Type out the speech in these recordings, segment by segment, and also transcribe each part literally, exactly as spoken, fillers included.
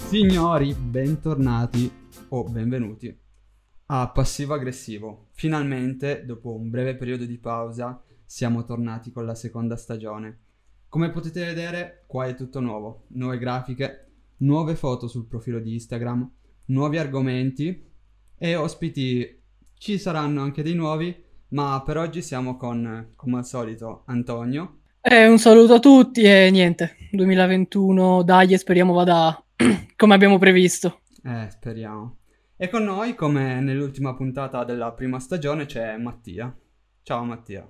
Signori, bentornati o benvenuti a Passivo Aggressivo. Finalmente, dopo un breve periodo di pausa, siamo tornati con la seconda stagione. Come potete vedere, qua è tutto nuovo. Nuove grafiche, nuove foto sul profilo di Instagram, nuovi argomenti e ospiti. Ci saranno anche dei nuovi, ma per oggi siamo con, come al solito, Antonio. Eh, un saluto a tutti e niente, duemilaventuno, dai, e speriamo vada come abbiamo previsto. Eh, speriamo. E con noi, come nell'ultima puntata della prima stagione, c'è Mattia. Ciao Mattia.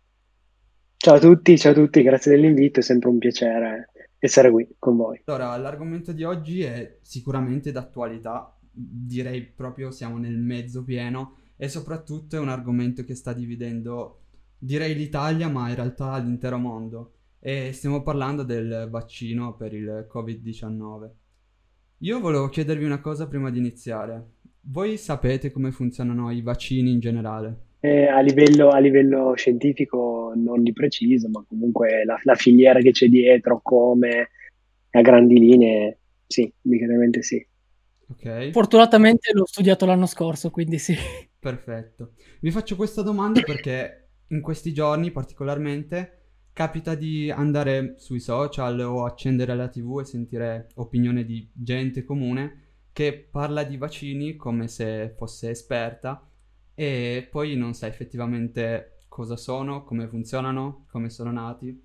Ciao a tutti, ciao a tutti, grazie dell'invito, è sempre un piacere essere qui con voi. Allora, l'argomento di oggi è sicuramente d'attualità, direi proprio siamo nel mezzo pieno e soprattutto è un argomento che sta dividendo, direi l'Italia, ma in realtà l'intero mondo. E stiamo parlando del vaccino per il covid diciannove. Io volevo chiedervi una cosa prima di iniziare. Voi sapete come funzionano i vaccini in generale? Eh, a livello, a livello scientifico non di preciso, ma comunque la, la filiera che c'è dietro, come a grandi linee, sì, indubbiamente sì. Ok? Fortunatamente l'ho studiato l'anno scorso, quindi sì. Perfetto. Vi faccio questa domanda perché in questi giorni particolarmente capita di andare sui social o accendere la tivù e sentire opinione di gente comune che parla di vaccini come se fosse esperta e poi non sa effettivamente cosa sono, come funzionano, come sono nati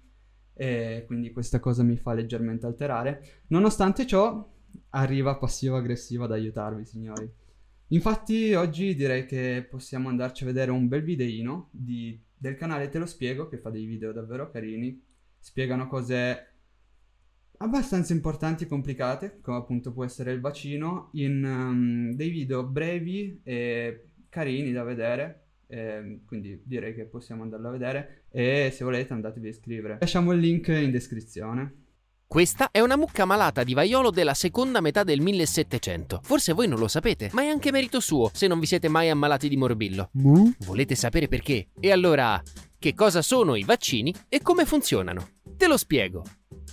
e quindi questa cosa mi fa leggermente alterare. Nonostante ciò, arriva passivo-aggressivo ad aiutarvi, signori. Infatti oggi direi che possiamo andarci a vedere un bel videino di- del canale Te lo spiego, che fa dei video davvero carini, spiegano cose abbastanza importanti e complicate, come appunto può essere il vaccino, in um, dei video brevi e carini da vedere, e quindi direi che possiamo andarlo a vedere e se volete andatevi a iscrivere. Lasciamo il link in descrizione. Questa è una mucca malata di vaiolo della seconda metà del millesettecento. Forse voi non lo sapete, ma è anche merito suo se non vi siete mai ammalati di morbillo. Volete sapere perché? E allora, che cosa sono i vaccini e come funzionano? Te lo spiego.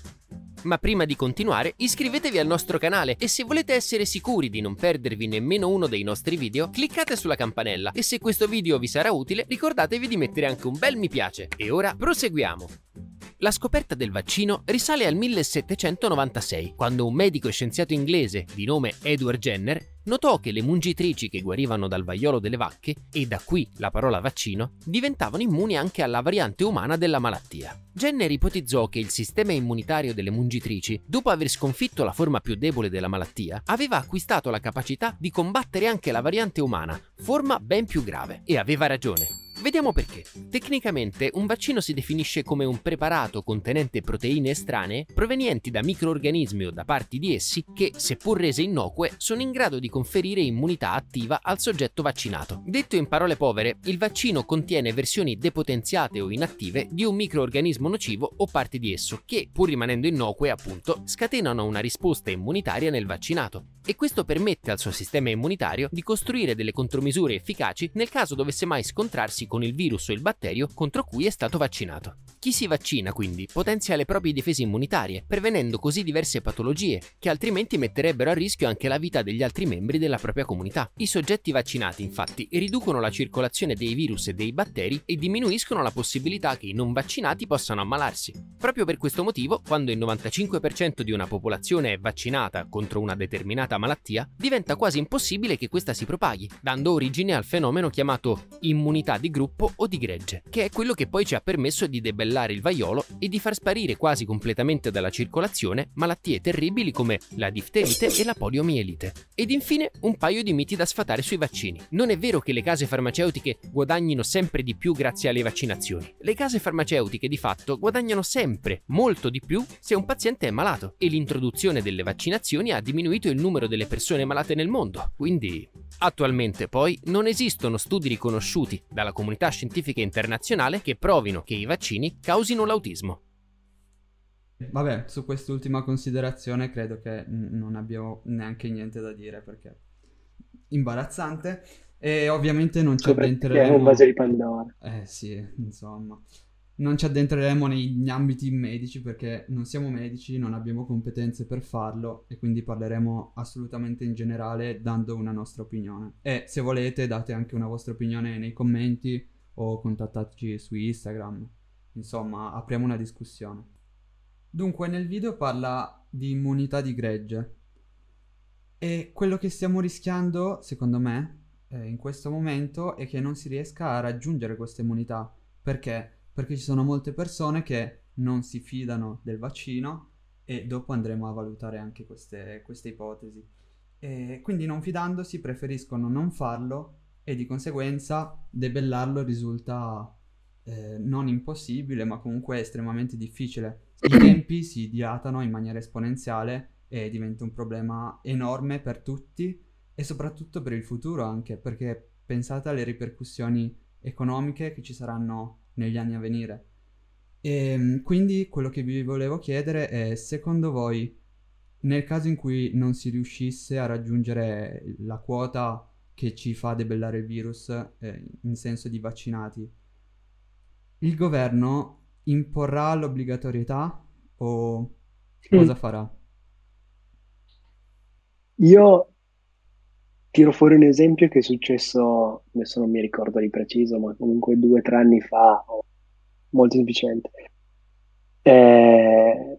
Ma prima di continuare, iscrivetevi al nostro canale e se volete essere sicuri di non perdervi nemmeno uno dei nostri video, cliccate sulla campanella e se questo video vi sarà utile, ricordatevi di mettere anche un bel mi piace. E ora proseguiamo. La scoperta del vaccino risale al millesettecentonovantasei, quando un medico e scienziato inglese di nome Edward Jenner notò che le mungitrici che guarivano dal vaiolo delle vacche, e da qui la parola vaccino, diventavano immuni anche alla variante umana della malattia. Jenner ipotizzò che il sistema immunitario delle mungitrici, dopo aver sconfitto la forma più debole della malattia, aveva acquistato la capacità di combattere anche la variante umana, forma ben più grave. E aveva ragione. Vediamo perché. Tecnicamente un vaccino si definisce come un preparato contenente proteine estranee provenienti da microrganismi o da parti di essi che, seppur rese innocue, sono in grado di conferire immunità attiva al soggetto vaccinato. Detto in parole povere, il vaccino contiene versioni depotenziate o inattive di un microrganismo nocivo o parti di esso che, pur rimanendo innocue appunto, scatenano una risposta immunitaria nel vaccinato. E questo permette al suo sistema immunitario di costruire delle contromisure efficaci nel caso dovesse mai scontrarsi con il virus o il batterio contro cui è stato vaccinato. Chi si vaccina quindi potenzia le proprie difese immunitarie, prevenendo così diverse patologie che altrimenti metterebbero a rischio anche la vita degli altri membri della propria comunità. I soggetti vaccinati infatti riducono la circolazione dei virus e dei batteri e diminuiscono la possibilità che i non vaccinati possano ammalarsi. Proprio per questo motivo, quando il novantacinque per cento di una popolazione è vaccinata contro una determinata malattia, diventa quasi impossibile che questa si propaghi, dando origine al fenomeno chiamato immunità di gruppo o di gregge, che è quello che poi ci ha permesso di debellare il vaiolo e di far sparire quasi completamente dalla circolazione malattie terribili come la difterite e la poliomielite. Ed infine un paio di miti da sfatare sui vaccini. Non è vero che le case farmaceutiche guadagnino sempre di più grazie alle vaccinazioni. Le case farmaceutiche di fatto guadagnano sempre molto di più se un paziente è malato e l'introduzione delle vaccinazioni ha diminuito il numero delle persone malate nel mondo. Quindi, attualmente poi non esistono studi riconosciuti dalla comunità scientifica internazionale che provino che i vaccini causino l'autismo. Vabbè, su quest'ultima considerazione credo che n- non abbiamo neanche niente da dire perché imbarazzante e ovviamente non ci Scopriamo un addentreremo. vaso di Pandora. Eh sì, insomma. non ci addentreremo negli ambiti medici perché non siamo medici, non abbiamo competenze per farlo e quindi parleremo assolutamente in generale dando una nostra opinione. E se volete date anche una vostra opinione nei commenti o contattateci su Instagram. Insomma, apriamo una discussione. Dunque, nel video parla di immunità di gregge e quello che stiamo rischiando, secondo me, eh, in questo momento è che non si riesca a raggiungere questa immunità. Perché? Perché ci sono molte persone che non si fidano del vaccino e dopo andremo a valutare anche queste, queste ipotesi. E quindi non fidandosi preferiscono non farlo e di conseguenza debellarlo risulta eh, non impossibile ma comunque estremamente difficile. I tempi si dilatano in maniera esponenziale e diventa un problema enorme per tutti e soprattutto per il futuro anche, perché pensate alle ripercussioni economiche che ci saranno negli anni a venire. E quindi quello che vi volevo chiedere è, secondo voi, nel caso in cui non si riuscisse a raggiungere la quota che ci fa debellare il virus eh, in senso di vaccinati, il governo imporrà l'obbligatorietà o cosa Mm. farà? Io tiro fuori un esempio che è successo, adesso non mi ricordo di preciso, ma comunque due o tre anni fa, o molto semplicemente. Eh,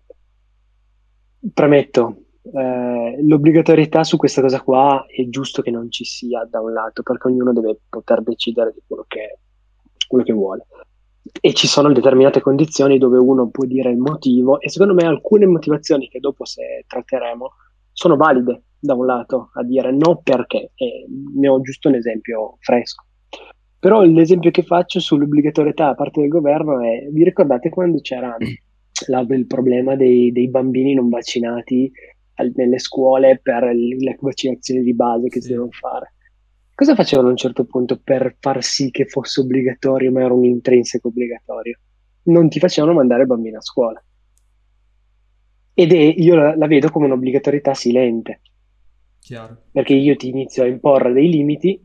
premetto, eh, l'obbligatorietà su questa cosa qua è giusto che non ci sia da un lato, perché ognuno deve poter decidere di quello che, quello che vuole. E ci sono determinate condizioni dove uno può dire il motivo, e secondo me alcune motivazioni che dopo se tratteremo sono valide da un lato a dire no perché, e ne ho giusto un esempio fresco. Però l'esempio che faccio sull'obbligatorietà da parte del governo è, vi ricordate quando c'era la- il problema dei, dei bambini non vaccinati al- nelle scuole per il- le vaccinazioni di base che si Sì, devono fare? Cosa facevano a un certo punto per far sì che fosse obbligatorio, ma era un intrinseco obbligatorio? Non ti facevano mandare il bambino a scuola. Ed è, io la, la vedo come un'obbligatorietà silente, chiaro. perché io ti inizio a imporre dei limiti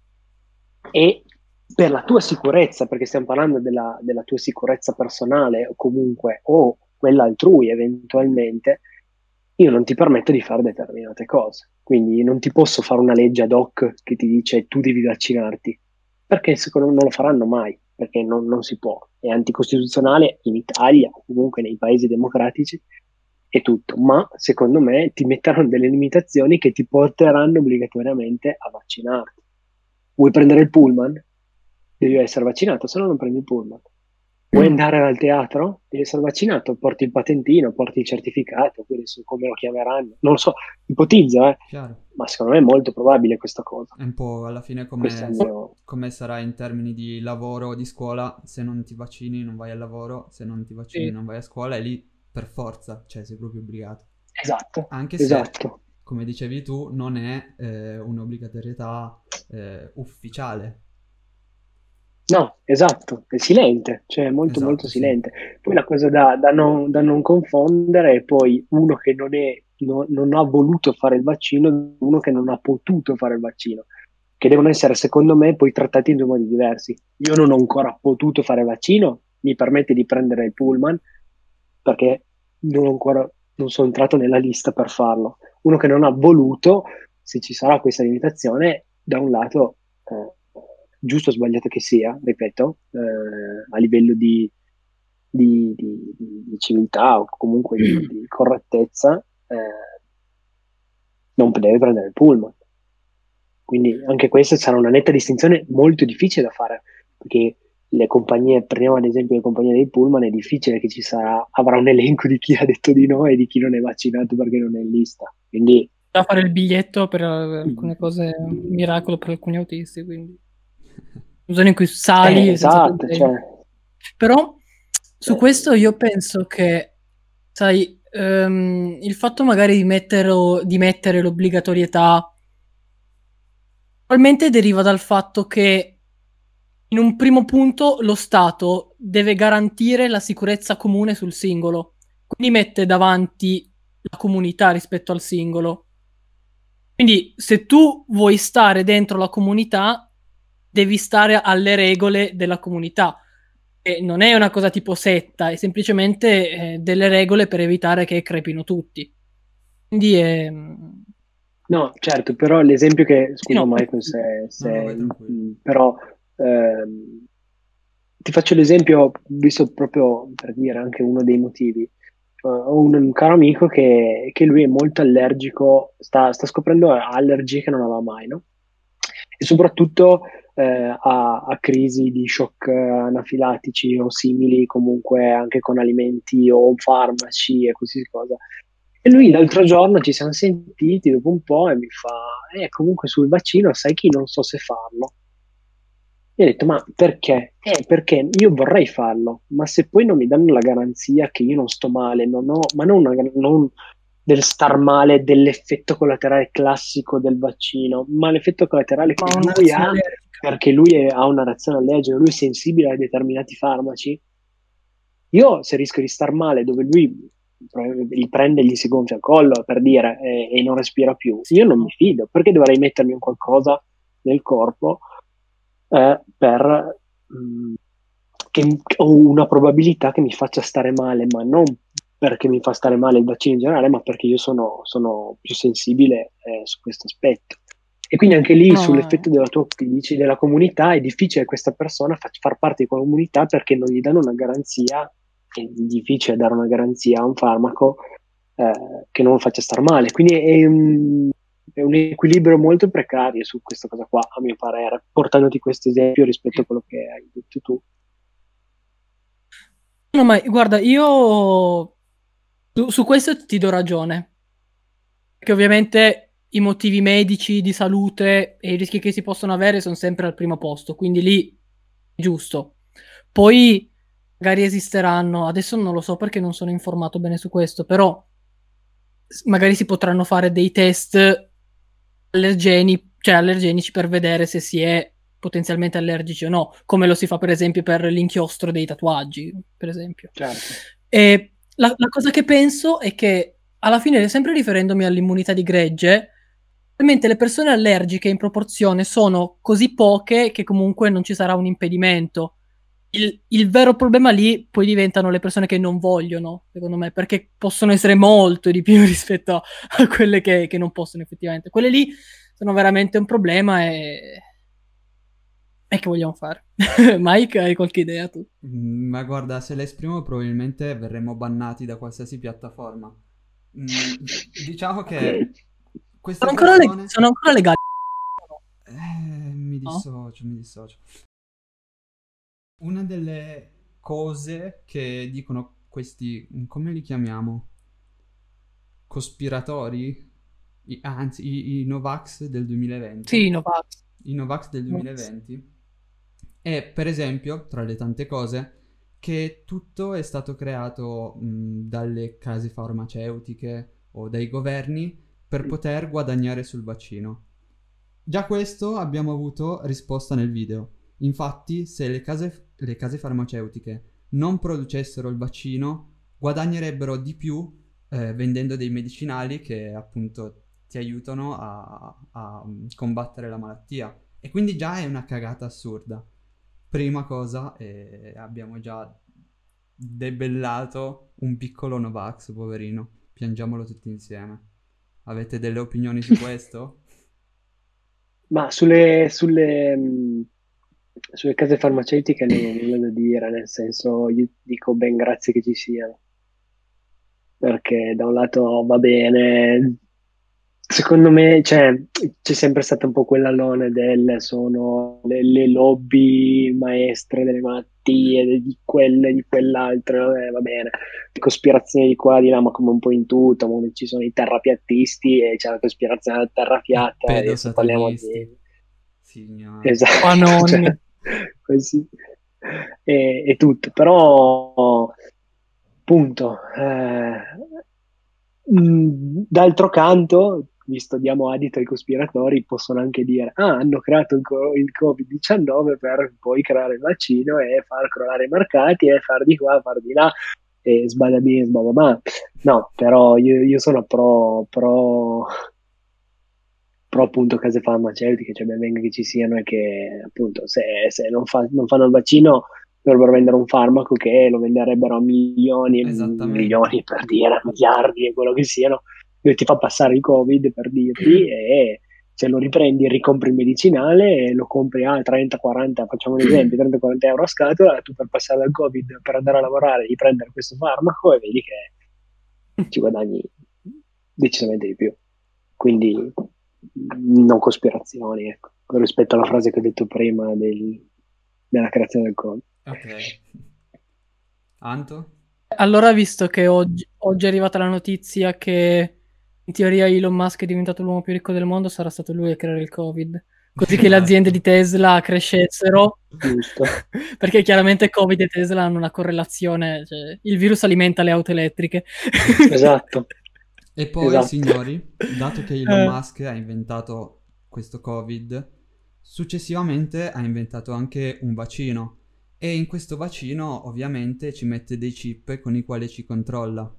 e per la tua sicurezza, perché stiamo parlando della, della tua sicurezza personale o comunque o quella altrui eventualmente, io non ti permetto di fare determinate cose. Quindi non ti posso fare una legge ad hoc che ti dice tu devi vaccinarti, perché secondo me non lo faranno mai, perché non, non si può. È anticostituzionale in Italia o comunque nei paesi democratici e tutto, ma secondo me ti metteranno delle limitazioni che ti porteranno obbligatoriamente a vaccinarti. Vuoi prendere il pullman? Devi essere vaccinato, se no non prendi il pullman. Vuoi andare al teatro? Devi essere vaccinato, porti il patentino, porti il certificato, quindi adesso come lo chiameranno. Non lo so, ipotizzo, eh, Chiaro. ma secondo me è molto probabile questa cosa. È un po' alla fine Questo è come, il mio... come sarà in termini di lavoro o di scuola, se non ti vaccini non vai al lavoro, se non ti vaccini Sì. non vai a scuola e lì per forza, cioè sei proprio obbligato. Esatto, Anche se, esatto. come dicevi tu, non è eh, un'obbligatorietà eh, ufficiale. No, esatto, è silente, cioè molto molto Esatto, sì. silente. Poi la cosa da, da non, da non confondere è poi uno che non, è, no- non ha voluto fare il vaccino e uno che non ha potuto fare il vaccino, che devono essere secondo me poi trattati in due modi diversi. Io non ho ancora potuto fare il vaccino, mi permette di prendere il pullman perché non ho ancora, non sono entrato nella lista per farlo. Uno che non ha voluto, se ci sarà questa limitazione, da un lato, eh, giusto o sbagliato che sia, ripeto, eh, a livello di, di- di- di- di civiltà o comunque di, di correttezza, eh, non deve prendere il pullman. Quindi anche questa sarà una netta distinzione molto difficile da fare, perché le compagnie, prendiamo ad esempio le compagnie dei pullman, è difficile che ci sarà, avrà un elenco di chi ha detto di no e di chi non è vaccinato perché non è in lista. Quindi Da fare il biglietto per eh, alcune cose, un miracolo per alcuni autisti, quindi un giorno in cui sali eh, senza esatto, problemi. cioè, Però su eh, questo io penso che, sai, ehm, il fatto magari di mettere, di mettere l'obbligatorietà probabilmente deriva dal fatto che in un primo punto lo Stato deve garantire la sicurezza comune sul singolo, quindi mette davanti la comunità rispetto al singolo. Quindi se tu vuoi stare dentro la comunità, devi stare alle regole della comunità. E non è una cosa tipo setta, è semplicemente eh, delle regole per evitare che crepino tutti. Quindi è... No, certo, però l'esempio che, Sì, scusa no, Michael, se, No, no, se- vai tranquillo. mh, però ehm, ti faccio l'esempio, visto proprio per dire anche uno dei motivi. Eh, ho un, un caro amico che, che lui è molto allergico, sta, sta scoprendo allergie che non aveva mai, no? E soprattutto eh, a, a crisi di shock anafilatici o simili, comunque anche con alimenti o farmaci e qualsiasi cosa. E lui l'altro giorno ci siamo sentiti dopo un po' e mi fa, eh, comunque sul vaccino sai che non so se farlo. Io ho detto, ma perché? Eh, perché io vorrei farlo, ma se poi non mi danno la garanzia che io non sto male, non ho, ma non, una- non del star male, dell'effetto collaterale classico del vaccino, ma l'effetto collaterale che ma una lui reazione ha, allergica. perché lui è- ha una reazione allergica, lui è sensibile a determinati farmaci. Io se rischio di star male, dove lui gli prende e gli si gonfia il collo per dire e, e non respira più, io non mi fido, perché dovrei mettermi un qualcosa nel corpo eh, per mh, che ho una probabilità che mi faccia stare male, ma non perché mi fa stare male il vaccino in generale, ma perché io sono, sono più sensibile eh, su questo aspetto. E quindi anche lì No, ma- sull'effetto della tua, che dici, della comunità, è difficile che questa persona fa- far parte di quella comunità perché non gli danno una garanzia, è difficile dare una garanzia a un farmaco eh, che non lo faccia star male. Quindi è un, è un equilibrio molto precario su questa cosa qua, a mio parere, portandoti questo esempio rispetto a quello che hai detto tu. no, ma guarda, io su, su questo ti do ragione. Perché ovviamente i motivi medici di salute e i rischi che si possono avere sono sempre al primo posto, quindi lì è giusto. Poi magari esisteranno, adesso non lo so perché non sono informato bene su questo, però s- magari si potranno fare dei test allergeni, cioè allergenici per vedere se si è potenzialmente allergici o no, come lo si fa per esempio per l'inchiostro dei tatuaggi, per esempio. Certo. E la, la cosa che penso è che alla fine, sempre riferendomi all'immunità di gregge, probabilmente le persone allergiche in proporzione sono così poche che comunque non ci sarà un impedimento. Il, il vero problema lì poi diventano le persone che non vogliono, secondo me, perché possono essere molto di più rispetto a, a quelle che, che non possono effettivamente. Quelle lì sono veramente un problema e... e che vogliamo fare? Mike, hai qualche idea tu? Mm, Ma guarda, se la esprimo probabilmente verremo bannati da qualsiasi piattaforma. Mm, diciamo che queste Sono ancora, leg- persone... sono ancora legali, Eh, mi no? dissocio, mi dissocio. Una delle cose che dicono questi, come li chiamiamo? Cospiratori? I- anzi, i, i Novax del Sì, duemilaventi. Novax. I Novax del duemilaventi. E per esempio, tra le tante cose, che tutto è stato creato mh, dalle case farmaceutiche o dai governi per poter guadagnare sul vaccino. Già questo abbiamo avuto risposta nel video. Infatti, se le case, le case farmaceutiche non producessero il vaccino, guadagnerebbero di più eh, vendendo dei medicinali che appunto ti aiutano a, a mm, combattere la malattia. E quindi già è una cagata assurda. Prima cosa, eh, abbiamo già debellato un piccolo Novax, poverino. Piangiamolo tutti insieme. Avete delle opinioni su questo? Ma sulle, sulle, mh, sulle case farmaceutiche non ho nulla da dire, nel senso io dico ben grazie che ci siano, perché da un lato va bene, secondo me cioè, c'è sempre stata un po' quell'alone del sono le, le lobby maestre delle malattie, di quelle, di quell'altro, eh, va bene, le cospirazioni di qua, di là, ma come un po' in tutto, come ci sono i terrapiattisti e c'è la cospirazione della terra I piatta, e adesso parliamo pedosatanisti. di... Signore. Ma Esatto, non... cioè, così e, e tutto, però appunto, eh, mh, d'altro canto, visto diamo adito ai cospiratori, possono anche dire, ah, hanno creato il, co- il covid diciannove per poi creare il vaccino e far crollare i mercati e far di qua, far di là, e sbadabì, sbadabà. No, però io, io sono pro, pro pro appunto case farmaceutiche, cioè ben venga che ci siano e che appunto se, se non, fa- non fanno il vaccino dovrebbero vendere un farmaco che lo venderebbero a milioni e Esattamente. milioni, per dire, miliardi e quello che siano, dove ti fa passare il Covid, per dirti, e se lo riprendi e ricompri il medicinale e lo compri a trenta quaranta, facciamo un esempio, trenta quaranta euro a scatola, tu per passare dal Covid, per andare a lavorare, devi prendere questo farmaco e vedi che ci guadagni decisamente di più. Quindi non cospirazioni, ecco, rispetto alla frase che ho detto prima del, della creazione del Covid. Ok. Anto? Allora, visto che oggi, oggi è arrivata la notizia che in teoria Elon Musk è diventato l'uomo più ricco del mondo, sarà stato lui a creare il Covid. Così che le Esatto. aziende di Tesla crescessero. Giusto. Perché chiaramente Covid e Tesla hanno una correlazione. Cioè, il virus alimenta le auto elettriche. Esatto. E poi, Esatto. signori, dato che Elon Eh. Musk ha inventato questo Covid, successivamente ha inventato anche un vaccino. E in questo vaccino, ovviamente, ci mette dei chip con i quali ci controlla.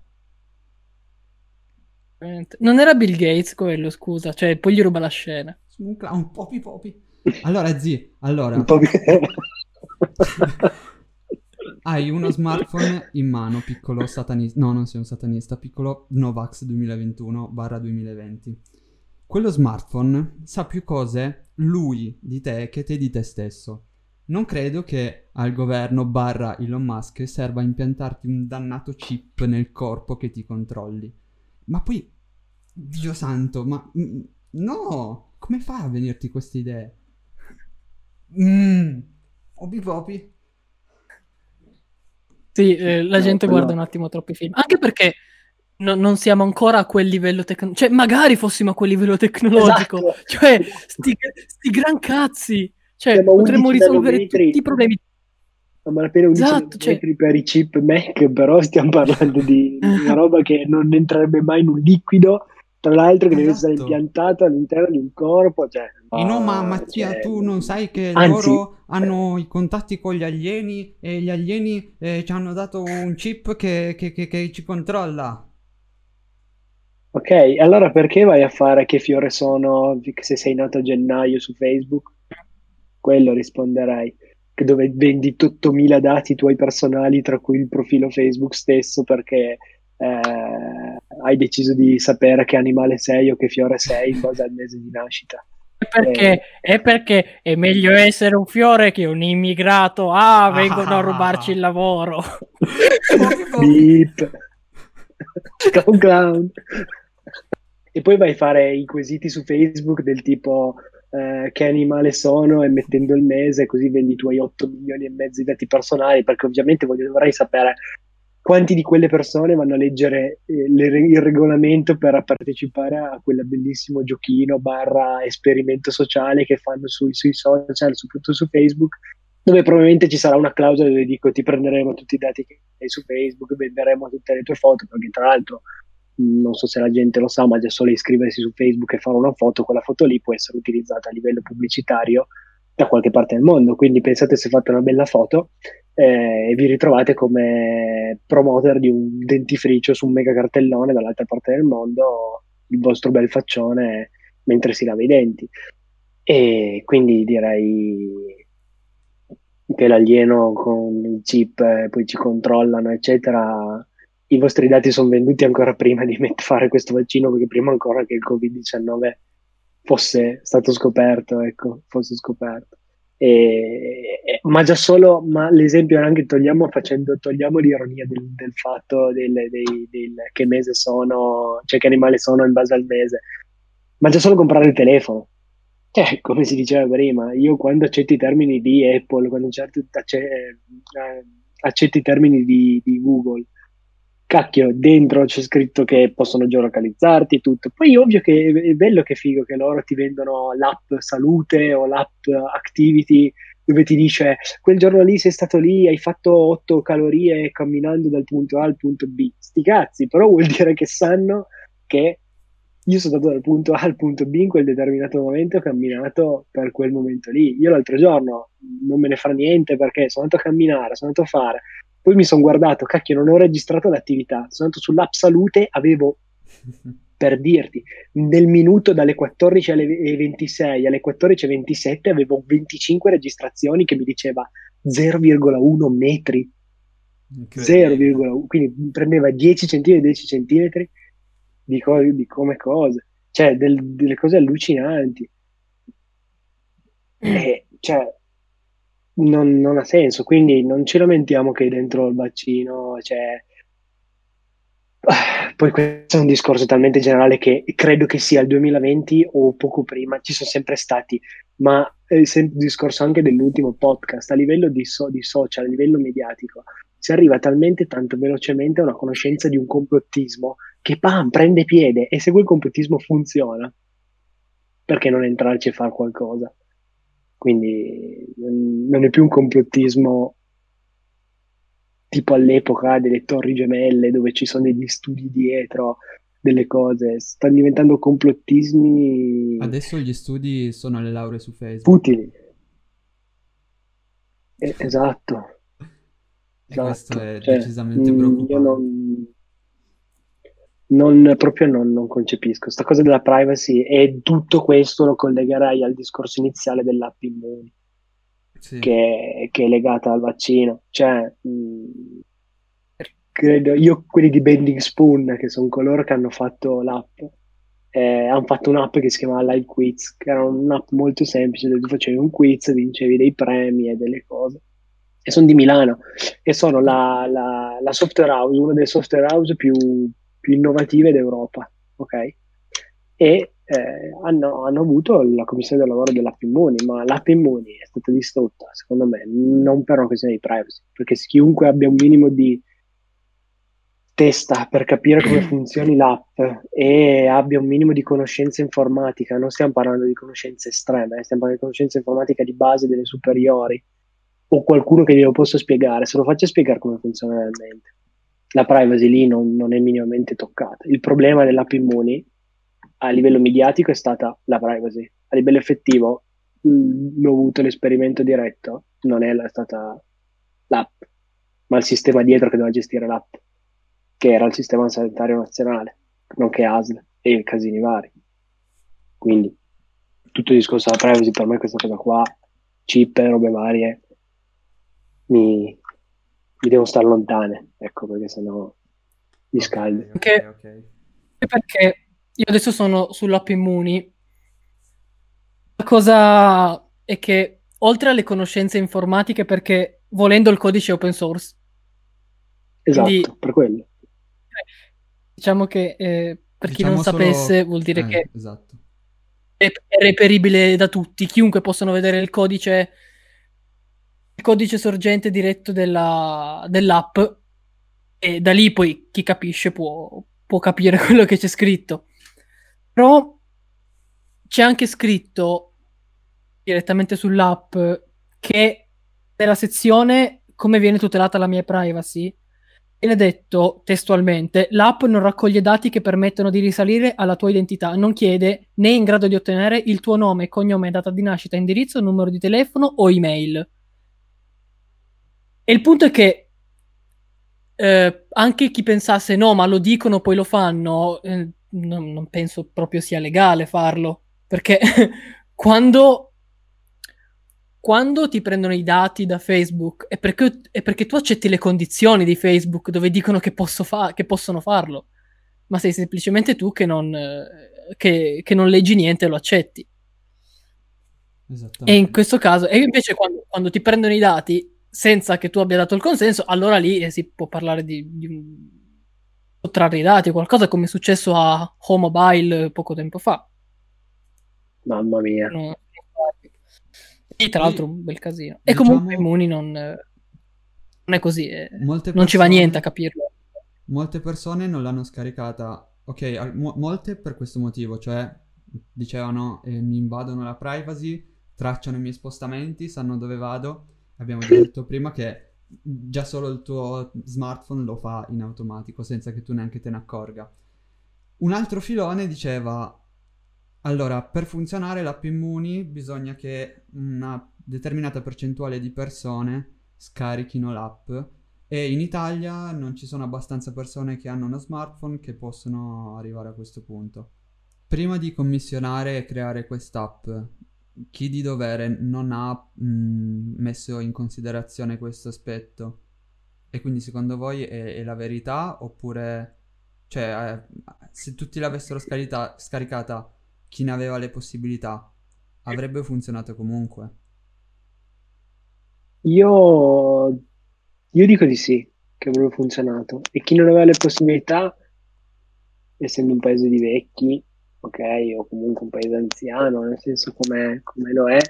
Non era Bill Gates quello, scusa. Cioè, poi gli ruba la scena. Un clown, popi popi. Allora, zi, allora, Un po' più... hai uno smartphone in mano, piccolo satanista, no, non sei un satanista, piccolo Novax duemilaventuno duemilaventi. Quello smartphone sa più cose lui di te che te di te stesso. Non credo che al governo barra Elon Musk serva impiantarti un dannato chip nel corpo che ti controlli. Ma poi, Dio santo, ma mm, no, come fa a venirti queste idee? Mmm, obi popi. Sì, eh, la No, gente quello- guarda un attimo troppi film. Anche perché no- non siamo ancora a quel livello tecnologico. Cioè, magari fossimo a quel livello tecnologico. Esatto. Cioè, sti, sti gran cazzi. Cioè, Siamo a potremmo undici risolvere nanometri. tutti i problemi. A malapena undici Esatto, cioè- nanometri per i chip Mac, però stiamo parlando di una roba che non entrerebbe mai in un liquido, tra l'altro che deve essere Esatto. impiantato all'interno di un corpo, cioè... E no, ma ah, Mattia, cioè, tu non sai che anzi, loro hanno i contatti con gli alieni e gli alieni eh, ci hanno dato un chip che, che- che- che ci controlla. ok, allora perché vai a fare che fiore sono se sei nato a gennaio su Facebook? Quello risponderei, che dove vendi ottomila dati tuoi personali, tra cui il profilo Facebook stesso, perché eh, hai deciso di sapere che animale sei o che fiore sei in base al mese di nascita. È perché, è perché è meglio essere un fiore che un immigrato. Ah, vengono a rubarci il lavoro. Popi popi. Beep. Clown clown. E poi vai a fare i quesiti su Facebook del tipo eh, che animale sono e mettendo il mese, così vendi i tuoi otto milioni e mezzo di dati personali, perché ovviamente voglio, dovrei sapere quanti di quelle persone vanno a leggere eh, le- il regolamento per partecipare a quel bellissimo giochino barra esperimento sociale che fanno sui, sui social, soprattutto su Facebook, dove probabilmente ci sarà una clausola dove dico ti prenderemo tutti i dati che hai su Facebook, venderemo tutte le tue foto, perché tra l'altro mh, non so se la gente lo sa, ma già solo iscriversi su Facebook e fare una foto, quella foto lì può essere utilizzata a livello pubblicitario da qualche parte del mondo. Quindi pensate se fate una bella foto eh, e vi ritrovate come promoter di un dentifricio su un mega cartellone dall'altra parte del mondo, il vostro bel faccione mentre si lava i denti. E quindi direi che l'alieno con il chip eh, poi ci controllano, eccetera. I vostri dati sono venduti ancora prima di met- fare questo vaccino, perché prima ancora che il covid diciannove fosse stato scoperto, ecco, fosse scoperto. E- e- ma già solo, ma l'esempio è anche togliamo, facendo, togliamo l'ironia del, del fatto del, dei- del che mese sono, cioè che animale sono in base al mese, ma già solo comprare il telefono. Cioè, come si diceva prima, io quando accetto i termini di Apple, quando accetto, acce- eh, accetto i termini di, di Google, cacchio, dentro c'è scritto che possono geolocalizzarti e tutto. Poi ovvio che è bello che figo che loro ti vendono l'app salute o l'app activity dove ti dice quel giorno lì sei stato lì, hai fatto otto calorie camminando dal punto A al punto B. Sti cazzi, però vuol dire che sanno che io sono stato dal punto A al punto B in quel determinato momento e ho camminato per quel momento lì. Io l'altro giorno non me ne fa niente perché sono andato a camminare, sono andato a fare. Poi mi sono guardato, cacchio, non ho registrato l'attività. Sono andato sull'app salute, avevo, per dirti, nel minuto dalle quattordici alle ventisei alle quattordici e ventisette avevo venticinque registrazioni che mi diceva zero virgola uno metri, zero virgola uno, quindi prendeva dieci centimetri, dieci centimetri di, co- di come cose, cioè del- delle cose allucinanti. E, cioè, non, non ha senso, quindi non ci lamentiamo che dentro il vaccino c'è. Ah, Poi questo è un discorso talmente generale che credo che sia il duemilaventi o poco prima, ci sono sempre stati, ma è sempre il discorso anche dell'ultimo podcast, a livello di, so- di social, a livello mediatico, si arriva talmente tanto velocemente a una conoscenza di un complottismo che pam, prende piede, e se quel complottismo funziona, perché non entrarci e fare qualcosa? Quindi non non è più un complottismo tipo all'epoca delle torri gemelle dove ci sono degli studi dietro, delle cose, stanno diventando complottismi Adesso gli studi sono le lauree su Facebook. futili. Eh, esatto, E questo esatto. è Cioè, decisamente mm, io preoccupante. non, non- proprio non, non concepisco sta cosa della privacy, e tutto questo lo collegherei al discorso iniziale dell'app Immuni, Sì. che, che è legata al vaccino. Cioè, mh, credo io, quelli di Bending Spoon, che sono coloro che hanno fatto l'app, eh, hanno fatto un'app che si chiamava Live Quiz, che era un'app molto semplice dove tu facevi un quiz, vincevi dei premi e delle cose. E sono di Milano e sono la, la, la software house, una delle software house più, più innovative d'Europa, ok? E eh, hanno, hanno avuto la commissione del lavoro dell'app Immuni, ma l'app Immuni è stata distrutta, secondo me, non per una questione di privacy, perché se chiunque abbia un minimo di testa per capire come funzioni l'app e abbia un minimo di conoscenza informatica, non stiamo parlando di conoscenze estreme, eh, stiamo parlando di conoscenza informatica di base delle superiori, o qualcuno che glielo possa spiegare, se lo faccia spiegare come funziona realmente. La privacy lì non, non è minimamente toccata. Il problema dell'app Immuni a livello mediatico è stata la privacy. A livello effettivo, mh, ho avuto l'esperimento diretto, non è la- stata l'app, ma il sistema dietro che doveva gestire l'app, che era il sistema sanitario nazionale, nonché A S L e i casini vari. Quindi tutto il discorso della privacy, per me questa cosa qua, chip e robe varie, mi, mi devo stare lontane, ecco, perché sennò mi scaldo. Ok, Che- ok, ok. Perché io adesso sono sull'app Immuni. La cosa è che, oltre alle conoscenze informatiche, perché volendo il codice è open source, Esatto, quindi per quello. diciamo che eh, per chi non Diciamo solo... sapesse vuol dire Eh, che esatto. è è reperibile da tutti, chiunque possono vedere il codice, il codice sorgente diretto della- dell'app, e da lì poi chi capisce può, può capire quello che c'è scritto. Però c'è anche scritto direttamente sull'app che nella sezione come viene tutelata la mia privacy viene detto testualmente: l'app non raccoglie dati che permettono di risalire alla tua identità, non chiede né è in grado di ottenere il tuo nome, cognome, data di nascita, indirizzo, numero di telefono o email. E il punto è che eh, anche chi pensasse no, ma lo dicono, poi lo fanno, eh, non, non penso proprio sia legale farlo, perché quando, quando ti prendono i dati da Facebook è perché, è perché tu accetti le condizioni di Facebook dove dicono che, posso fa- che possono farlo, ma sei semplicemente tu che non, eh, che, che non leggi niente e lo accetti. E in Esattamente. questo caso, e invece quando, quando ti prendono i dati senza che tu abbia dato il consenso, allora lì eh, si può parlare di, di un- sottrarre i dati o qualcosa, come è successo a Home Mobile poco tempo fa. Mamma mia. No, e tra Poi, l'altro un bel casino. E comunque diciamo, Immuni non, eh, non è così, eh, molte non ci va niente a persone, capirlo. molte persone non l'hanno scaricata. Ok, al- mo- molte per questo motivo, cioè dicevano eh, mi invadono la privacy, tracciano i miei spostamenti, sanno dove vado. Abbiamo già detto prima che già solo il tuo smartphone lo fa in automatico senza che tu neanche te ne accorga. Un altro filone diceva: allora, per funzionare l'app Immuni bisogna che una determinata percentuale di persone scarichino l'app, e in Italia non ci sono abbastanza persone che hanno uno smartphone che possono arrivare a questo punto. Prima di commissionare e creare quest'app, chi di dovere non ha mh, messo in considerazione questo aspetto. E quindi secondo voi è, è la verità oppure, cioè, eh, se tutti l'avessero scarita- scaricata, chi ne aveva le possibilità, avrebbe funzionato comunque? Io, io dico di sì, che avrebbe funzionato. E chi non aveva le possibilità, essendo un paese di vecchi, ok, o comunque un paese anziano, nel senso come lo è,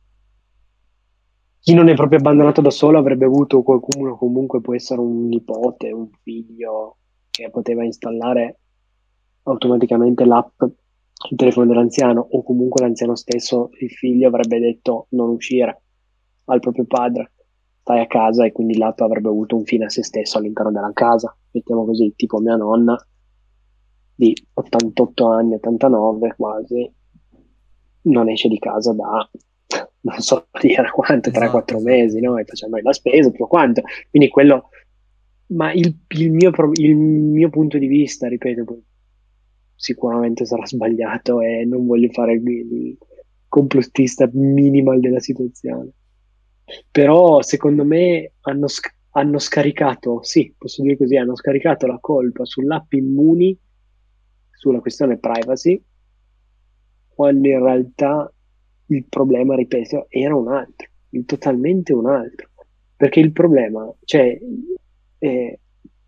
chi non è proprio abbandonato da solo avrebbe avuto qualcuno, comunque può essere un nipote, un figlio, che poteva installare automaticamente l'app sul telefono dell'anziano, o comunque l'anziano stesso, il figlio avrebbe detto non uscire al proprio padre, stai a casa, e quindi l'app avrebbe avuto un fine a se stesso all'interno della casa, mettiamo così, tipo mia nonna di ottantotto anni, ottantanove quasi, non esce di casa da non so dire quanto, Esatto, tre quattro esatto, mesi, no? esatto. E facciamo noi la spesa, tutto quanto. Quindi quello, ma il, il mio, pro- il mio punto di vista, ripeto, poi sicuramente sarà sbagliato e non voglio fare il, il complottista minimal della situazione. Però secondo me hanno, sc- hanno scaricato, sì, posso dire così, hanno scaricato la colpa sull'app Immuni, sulla questione privacy, quando in realtà il problema, ripeto, era un altro, il- totalmente un altro. Perché il problema, cioè, eh,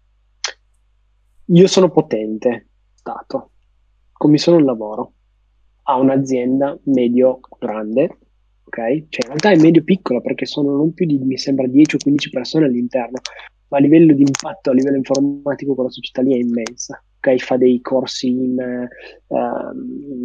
io sono potente, stato, commissiono un lavoro a un'azienda medio-grande, ok? Cioè, in realtà è medio-piccola perché sono non più di, mi sembra, dieci o quindici persone all'interno, ma a livello di impatto, a livello informatico, quella società lì è immensa, ok? Fa dei corsi in, eh, in,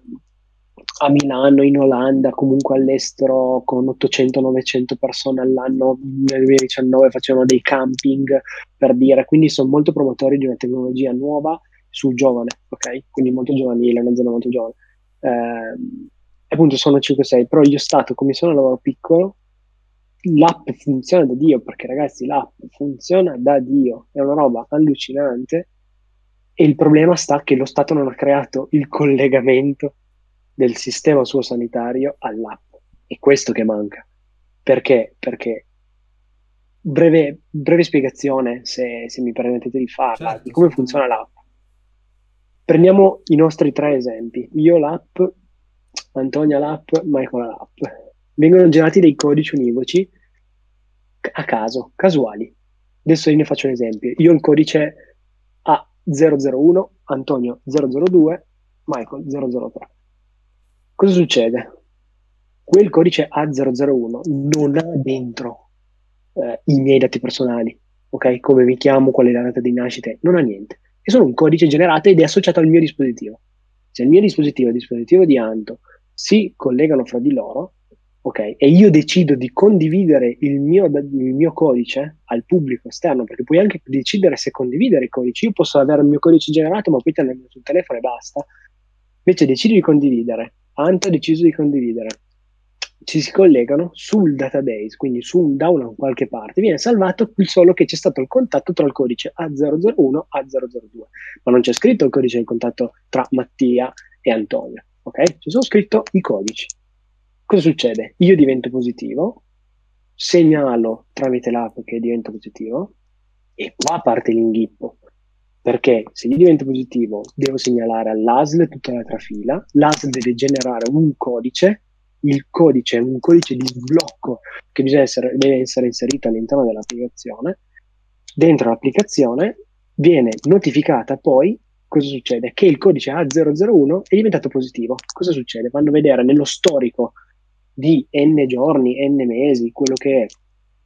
a Milano, in Olanda, comunque all'estero, con ottocento novecento persone all'anno. Nel duemiladiciannove facevano dei camping, per dire, quindi sono molto promotori di una tecnologia nuova su giovane, ok? Quindi molto giovanile, un'azienda molto giovane. Eh, appunto sono cinque sei, però io stato come sono lavoro piccolo, l'app funziona da Dio, perché ragazzi l'app funziona da Dio, è una roba allucinante, e il problema sta che lo Stato non ha creato il collegamento del sistema suo sanitario all'app. È questo che manca. Perché? Perché breve, breve spiegazione, se, se mi permettete di farla, di Certo, come funziona assolutamente. l'app. Prendiamo i nostri tre esempi. Io l'app, Antonia l'app, Michael l'app. Vengono generati dei codici univoci a caso, casuali. Adesso io ne faccio un esempio. Io ho il codice A zero zero uno, Antonio zero zero due, Michael zero zero tre. Cosa succede? Quel codice A zero zero uno non ha dentro eh, i miei dati personali, ok? Come mi chiamo, qual è la data di nascita, non ha niente. È solo un codice generato ed è associato al mio dispositivo. Se il mio dispositivo e il dispositivo di Anto si collegano fra di loro, ok? E io decido di condividere il mio, il mio codice al pubblico esterno, perché puoi anche decidere se condividere i codici. Io posso avere il mio codice generato, ma poi tenerlo sul telefono e basta. Invece decido di condividere. Anto ha deciso di condividere. Ci si collegano sul database, quindi su un, da una qualche parte, viene salvato qui solo che c'è stato il contatto tra il codice A zero zero uno e A zero zero due, ma non c'è scritto il codice di contatto tra Mattia e Antonio, ok? Ci sono scritto i codici. Cosa succede? Io divento positivo, segnalo tramite l'app che divento positivo, e qua parte l'inghippo. Perché se io divento positivo, devo segnalare all'A S L tutta la trafila, l'A S L deve generare un codice, il codice è un codice di sblocco che bisogna essere, deve essere inserito all'interno dell'applicazione. Dentro l'applicazione viene notificata poi cosa succede? Che il codice A zero zero uno è diventato positivo. Cosa succede? Vanno a vedere nello storico di n giorni, n mesi, quello che è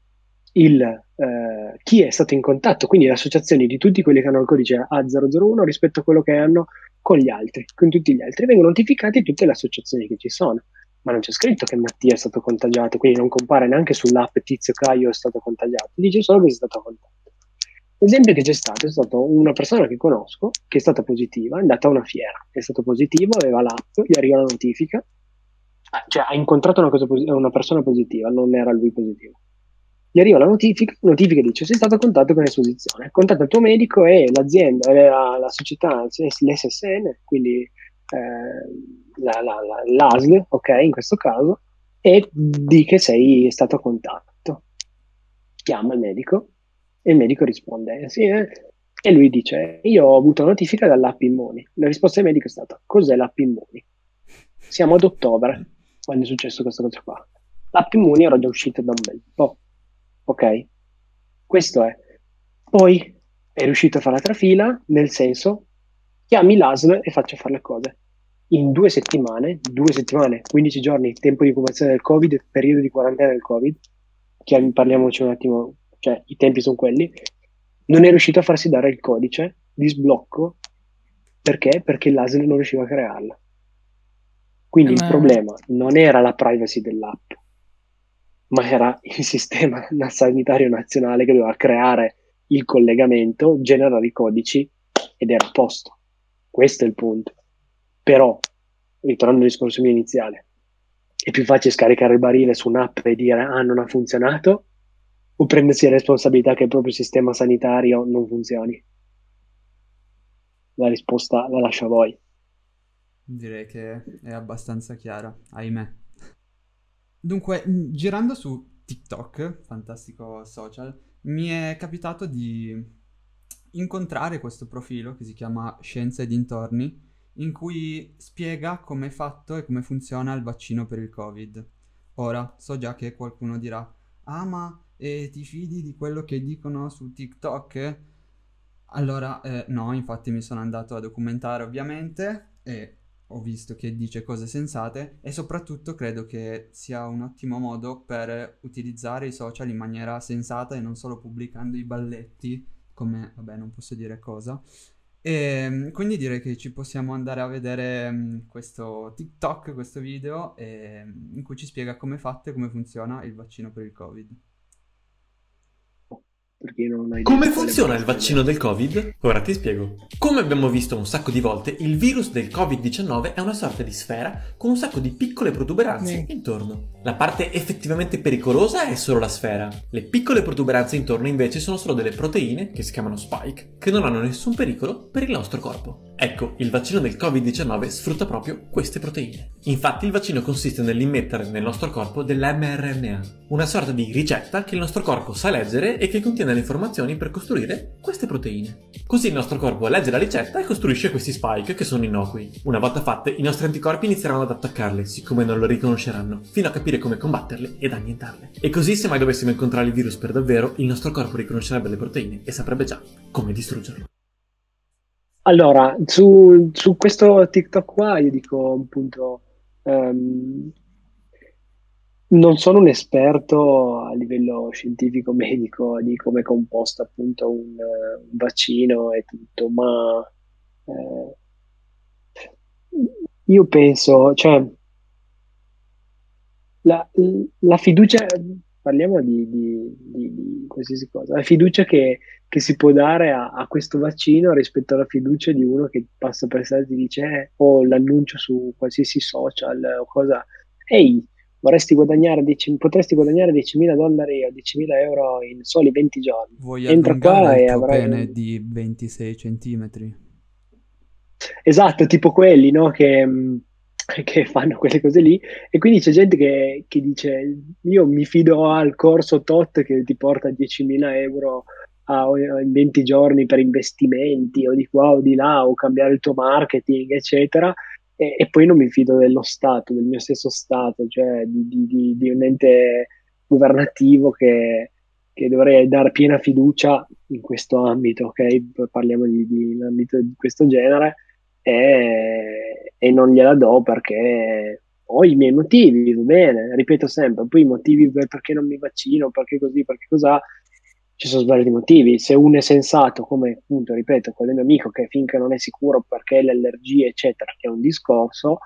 il, eh, chi è stato in contatto, quindi le associazioni di tutti quelli che hanno il codice A zero zero uno rispetto a quello che hanno con gli altri, con tutti gli altri. Vengono notificate tutte le associazioni che ci sono, ma non c'è scritto che Mattia è stato contagiato, quindi non compare neanche sull'app Tizio Caio è stato contagiato, dice solo che è stato contagiato. L'esempio che c'è stato è stato una persona che conosco che è stata positiva, è andata a una fiera, è stato positivo, aveva l'app, gli arriva la notifica, cioè ha incontrato una, cosa posi- una persona positiva, non era lui positivo. Gli arriva la notifica, notifica dice sei stato a contatto con l'esposizione, contatta il tuo medico e l'azienda, la, la società, l'S S N, quindi eh, la, la, la, l'A S L, ok, in questo caso, e di che sei stato a contatto. Chiama il medico e il medico risponde, sì, eh. E lui dice, io ho avuto notifica dall'app Immuni. La risposta del medico è stata, cos'è l'app Immuni? Siamo ad ottobre, quando è successo questa cosa qua. L'app Immuni era già uscita da un bel po', ok? Questo è. Poi è riuscito a fare la trafila, nel senso, chiami l'A S L e faccia fare le cose. In due settimane, due settimane, quindici giorni, tempo di incubazione del Covid, periodo di quarantena del Covid, che parliamoci un attimo, cioè i tempi sono quelli, non è riuscito a farsi dare il codice di sblocco. Perché? Perché l'A S L non riusciva a crearla. Quindi Eh, il ma- problema non era la privacy dell'app, ma era il sistema sanitario nazionale che doveva creare il collegamento, generare i codici ed era a posto. Questo è il punto. Però, ritornando al discorso mio iniziale, è più facile scaricare il barile su un'app e dire ah, non ha funzionato, o prendersi la responsabilità che il proprio sistema sanitario non funzioni? La risposta la lascio a voi. Direi che è abbastanza chiara, ahimè. Dunque, mh, girando su TikTok, fantastico social, mi è capitato di incontrare questo profilo che si chiama Scienza e dintorni, in cui spiega come è fatto e come funziona il vaccino per il Covid. Ora, so già che qualcuno dirà, ah ma eh, ti fidi di quello che dicono su TikTok? Allora, eh, no, infatti mi sono andato a documentare ovviamente e ho visto che dice cose sensate e soprattutto credo che sia un ottimo modo per utilizzare i social in maniera sensata e non solo pubblicando i balletti, come, vabbè, non posso dire cosa. E quindi direi che ci possiamo andare a vedere mm, questo TikTok, questo video, e, in cui ci spiega come è fatto e come funziona il vaccino per il Covid. Perché non ho idea Come di quale funziona il vorresti vaccino vedere. del Covid? Ora ti spiego. Come abbiamo visto un sacco di volte, il virus del covid diciannove è una sorta di sfera con un sacco di piccole protuberanze Sì. intorno. La parte effettivamente pericolosa è solo la sfera. Le piccole protuberanze intorno invece sono solo delle proteine, che si chiamano spike, che non hanno nessun pericolo per il nostro corpo. Ecco, il vaccino del covid diciannove sfrutta proprio queste proteine. Infatti il vaccino consiste nell'immettere nel nostro corpo dell'mRNA, una sorta di ricetta che il nostro corpo sa leggere e che contiene le informazioni per costruire queste proteine. Così il nostro corpo legge la ricetta e costruisce questi spike che sono innocui. Una volta fatte, i nostri anticorpi inizieranno ad attaccarle, siccome non lo riconosceranno, fino a capire come combatterle ed annientarle. E così, se mai dovessimo incontrare il virus per davvero, il nostro corpo riconoscerebbe le proteine e saprebbe già come distruggerlo. Allora, su, su questo TikTok qua io dico appunto, ehm, non sono un esperto a livello scientifico medico di come è composto appunto un, eh, un vaccino e tutto, ma eh, io penso, cioè, la, la fiducia, parliamo di, di- di- di qualsiasi cosa, la fiducia che, che si può dare a, a questo vaccino rispetto alla fiducia di uno che passa per strada e ti dice, eh, o l'annuncio su qualsiasi social o cosa, ehi, vorresti guadagnare dieci potresti guadagnare diecimila dollari o diecimila euro in soli venti giorni. Vuoi Entra allungare qua il e tuo avrai pene un... di ventisei centimetri? Esatto, tipo quelli, no? Che, mh, che fanno quelle cose lì. E quindi c'è gente che, che dice: io mi fido al corso tot che ti porta diecimila euro a, in venti giorni per investimenti o di qua o di là, o cambiare il tuo marketing, eccetera. E, e poi non mi fido dello Stato, del mio stesso Stato, cioè di, di- di- di un ente governativo che, che dovrei dare piena fiducia in questo ambito, ok? Parliamo di, di un ambito di questo genere e, e non gliela do perché ho i miei motivi, va bene, ripeto sempre, poi i motivi per- perché non mi vaccino, perché così, perché cos'ha, ci sono svariati motivi. Se uno è sensato, come appunto, ripeto, quello mio amico che finché non è sicuro perché le allergie, eccetera, che è un discorso,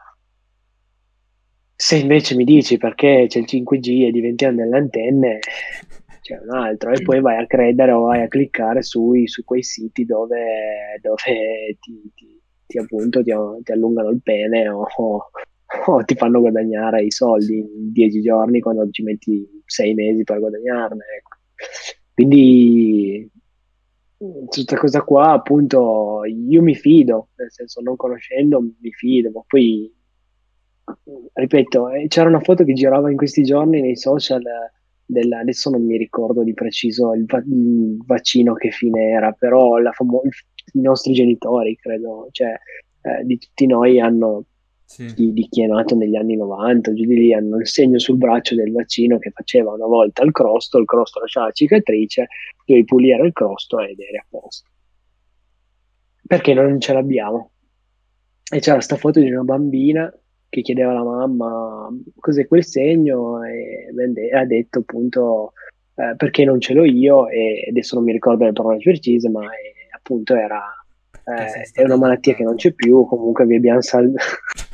se invece mi dici perché c'è il cinque G e diventiamo delle antenne, c'è un altro, e poi vai a credere o vai a cliccare sui, su quei siti dove, dove ti, ti- ti, appunto ti, ti allungano il pene o, o- o ti fanno guadagnare i soldi in dieci giorni quando ci metti sei mesi per guadagnarne. Ecco. Quindi su questa cosa qua, appunto, io mi fido, nel senso non conoscendo mi fido, ma poi ripeto, eh, c'era una foto che girava in questi giorni nei social, eh, del- adesso non mi ricordo di preciso il, va- il vaccino che fine era, però la famo- i nostri genitori, credo, cioè eh, di tutti noi hanno, Sì. di, di chi è nato negli anni novanta, giù di lì, hanno il segno sul braccio del vaccino che faceva una volta il crosto, il crosto lasciava la cicatrice, devi pulire il crosto ed eri a posto. Perché noi non ce l'abbiamo? E c'era sta foto di una bambina che chiedeva alla mamma cos'è quel segno e vende- ha detto appunto eh, perché non ce l'ho io e adesso non mi ricordo le parole precise, ma è- appunto era Perché sei eh, è stato una malattia che non adottato. c'è più, comunque vi abbiamo salvato,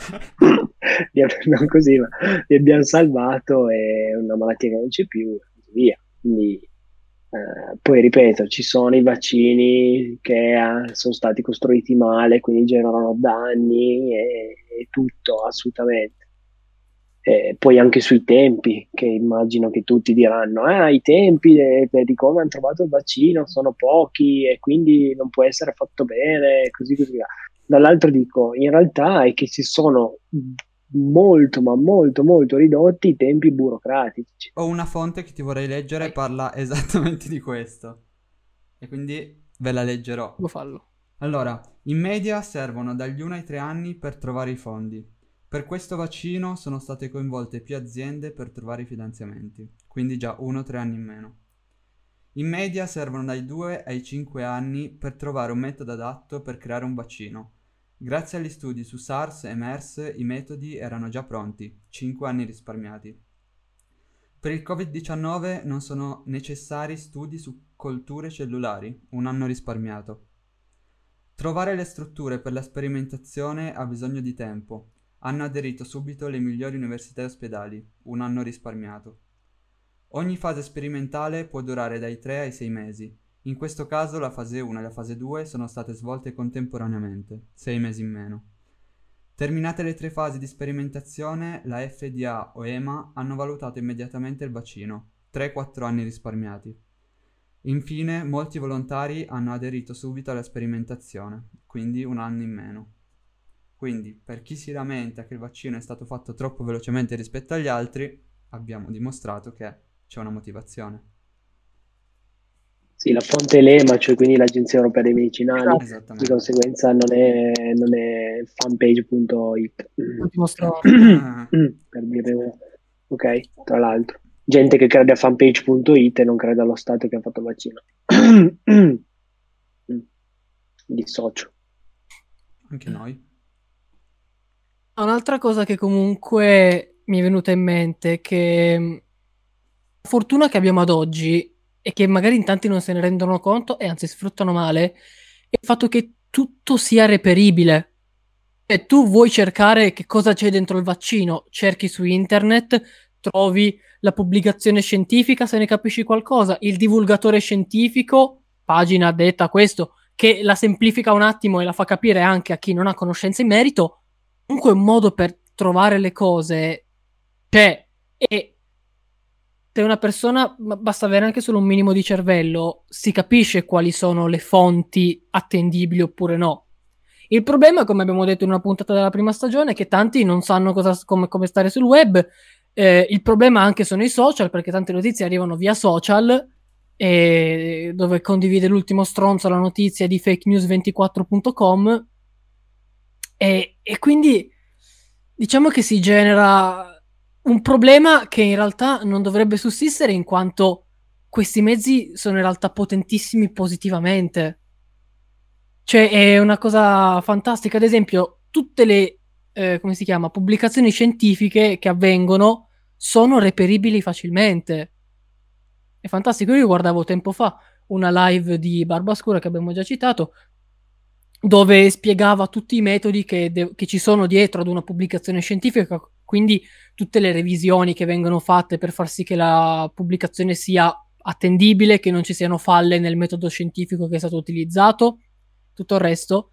non così, ma vi abbiamo salvato, è una malattia che non c'è più e così via. Quindi eh, poi ripeto, ci sono i vaccini che eh, sono stati costruiti male, quindi generano danni e, e tutto, assolutamente. E poi anche sui tempi, che immagino che tutti diranno, ah, i tempi eh, per di come hanno trovato il vaccino sono pochi e quindi non può essere fatto bene, così così via. Dall'altro dico, in realtà è che si sono molto, ma molto, molto ridotti i tempi burocratici. Ho una fonte che ti vorrei leggere, parla esattamente di questo. E quindi ve la leggerò. Devo farlo. Allora, in media servono dagli uno ai tre anni per trovare i fondi. Per questo vaccino sono state coinvolte più aziende per trovare i finanziamenti, quindi già uno tre anni in meno. In media servono dai due ai cinque anni per trovare un metodo adatto per creare un vaccino. Grazie agli studi su SARS e MERS i metodi erano già pronti, cinque anni risparmiati. Per il covid diciannove non sono necessari studi su colture cellulari, un anno risparmiato. Trovare le strutture per la sperimentazione ha bisogno di tempo. Hanno aderito subito le migliori università e ospedali, un anno risparmiato. Ogni fase sperimentale può durare dai tre ai sei mesi. In questo caso la fase uno e la fase due sono state svolte contemporaneamente, sei mesi in meno. Terminate le tre fasi di sperimentazione, la F D A o EMA hanno valutato immediatamente il vaccino, tre quattro anni risparmiati. Infine, molti volontari hanno aderito subito alla sperimentazione, quindi un anno in meno. Quindi, per chi si lamenta che il vaccino è stato fatto troppo velocemente rispetto agli altri, abbiamo dimostrato che c'è una motivazione. Sì, la fonte è l'EMA, cioè quindi l'Agenzia Europea dei Medicinali, Esatto. di Esattamente. conseguenza non è, non è fanpage punto it. Ultimo stronzo. Per dire una- ok, tra l'altro. Gente che crede a fanpage punto it e non crede allo Stato che ha fatto il vaccino. Dissocio. Anche noi. Un'altra cosa che comunque mi è venuta in mente è che mh, la fortuna che abbiamo ad oggi e che magari in tanti non se ne rendono conto e anzi sfruttano male è il fatto che tutto sia reperibile. E tu vuoi cercare che cosa c'è dentro il vaccino, cerchi su internet, trovi la pubblicazione scientifica se ne capisci qualcosa, il divulgatore scientifico, pagina detta questo, che la semplifica un attimo e la fa capire anche a chi non ha conoscenze in merito. Comunque un modo per trovare le cose c'è e se una persona, ma basta avere anche solo un minimo di cervello, si capisce quali sono le fonti attendibili oppure no. Il problema, come abbiamo detto in una puntata della prima stagione, è che tanti non sanno cosa, come, come stare sul web. Eh, il problema anche sono i social, perché tante notizie arrivano via social, e dove condivide l'ultimo stronzo la notizia di fake news ventiquattro punto com. E, e quindi diciamo che si genera un problema che in realtà non dovrebbe sussistere in quanto questi mezzi sono in realtà potentissimi positivamente. Cioè è una cosa fantastica, ad esempio tutte le eh, come si chiama, pubblicazioni scientifiche che avvengono sono reperibili facilmente. È fantastico, io guardavo tempo fa una live di Barbascura che abbiamo già citato dove spiegava tutti i metodi che, de- che ci sono dietro ad una pubblicazione scientifica, quindi tutte le revisioni che vengono fatte per far sì che la pubblicazione sia attendibile, che non ci siano falle nel metodo scientifico che è stato utilizzato, tutto il resto.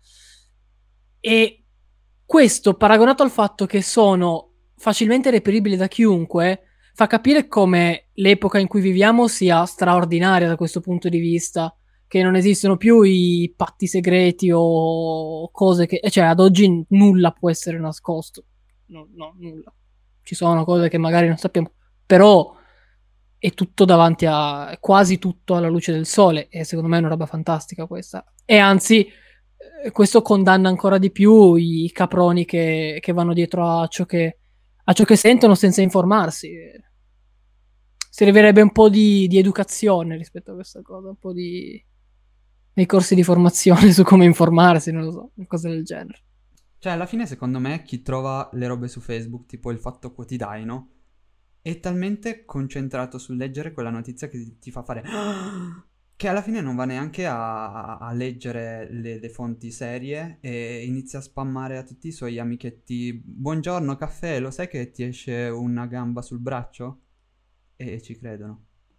E questo, paragonato al fatto che sono facilmente reperibili da chiunque, fa capire come l'epoca in cui viviamo sia straordinaria da questo punto di vista, che non esistono più i patti segreti o cose che... cioè ad oggi nulla può essere nascosto. no, no, nulla. Ci sono cose che magari non sappiamo, però è tutto davanti a, è quasi tutto alla luce del sole, e secondo me è una roba fantastica questa. E anzi, eh, questo condanna ancora di più i caproni che, che vanno dietro a ciò che, a ciò che sentono senza informarsi. Servirebbe un po' di, di educazione rispetto a questa cosa, un po' di dei corsi di formazione su come informarsi, non lo so, cose del genere. Cioè, alla fine, secondo me, chi trova le robe su Facebook, tipo il Fatto Quotidiano, è talmente concentrato sul leggere quella notizia che ti, ti fa fare che alla fine non va neanche a, a leggere le, le fonti serie e inizia a spammare a tutti i suoi amichetti: buongiorno, caffè, lo sai che ti esce una gamba sul braccio? E ci credono.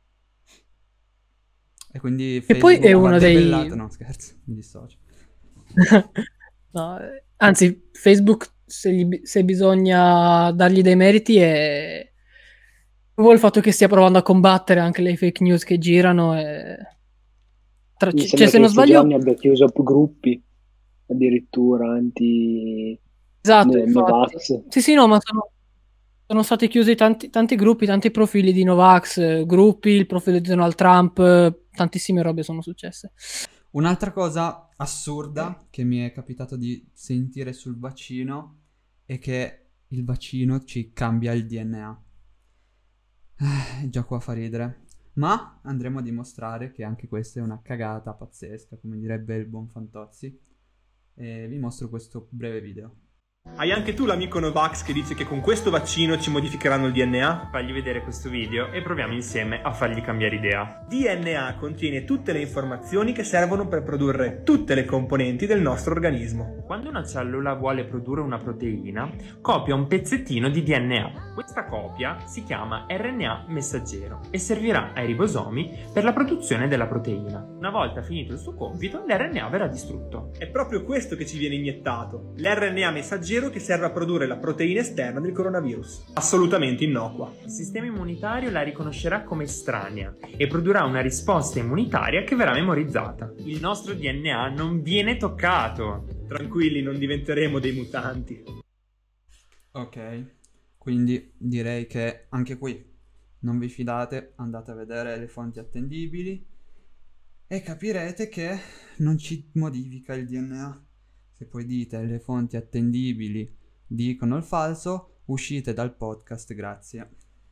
E quindi E poi è Facebook uno va dei... debellato. No, scherzo, mi dissocio. No, eh, anzi, Facebook, se, gli- se bisogna dargli dei meriti, è proprio il fatto che stia provando a combattere anche le fake news che girano. E... tra- Mi cioè, sembra se che non in questi sbaglio, giorni abbia chiuso più gruppi, addirittura anti esatto, ne- infatti. Novax. Sì, sì, no, ma sono, sono stati chiusi tanti, tanti gruppi, tanti profili di Novax, eh, gruppi, il profilo di Donald Trump, eh, tantissime robe sono successe. Un'altra cosa assurda che mi è capitato di sentire sul vaccino è che il vaccino ci cambia il D N A. Eh, già qua fa ridere. Ma andremo a dimostrare che anche questa è una cagata pazzesca, come direbbe il buon Fantozzi. E vi mostro questo breve video. Hai anche tu l'amico Novax che dice che con questo vaccino ci modificheranno il D N A? Fagli vedere questo video e proviamo insieme a fargli cambiare idea. D N A contiene tutte le informazioni che servono per produrre tutte le componenti del nostro organismo. Quando una cellula vuole produrre una proteina, copia un pezzettino di D N A. Questa copia si chiama R N A messaggero e servirà ai ribosomi per la produzione della proteina. Una volta finito il suo compito, l'R N A verrà distrutto. È proprio questo che ci viene iniettato, l'R N A messaggero che serve a produrre la proteina esterna del coronavirus. Assolutamente innocua. Il sistema immunitario la riconoscerà come estranea e produrrà una risposta immunitaria che verrà memorizzata. Il nostro D N A non viene toccato. Tranquilli, non diventeremo dei mutanti. Ok, quindi direi che anche qui non vi fidate, andate a vedere le fonti attendibili e capirete che non ci modifica il D N A. Se poi dite le fonti attendibili dicono il falso, uscite dal podcast, grazie.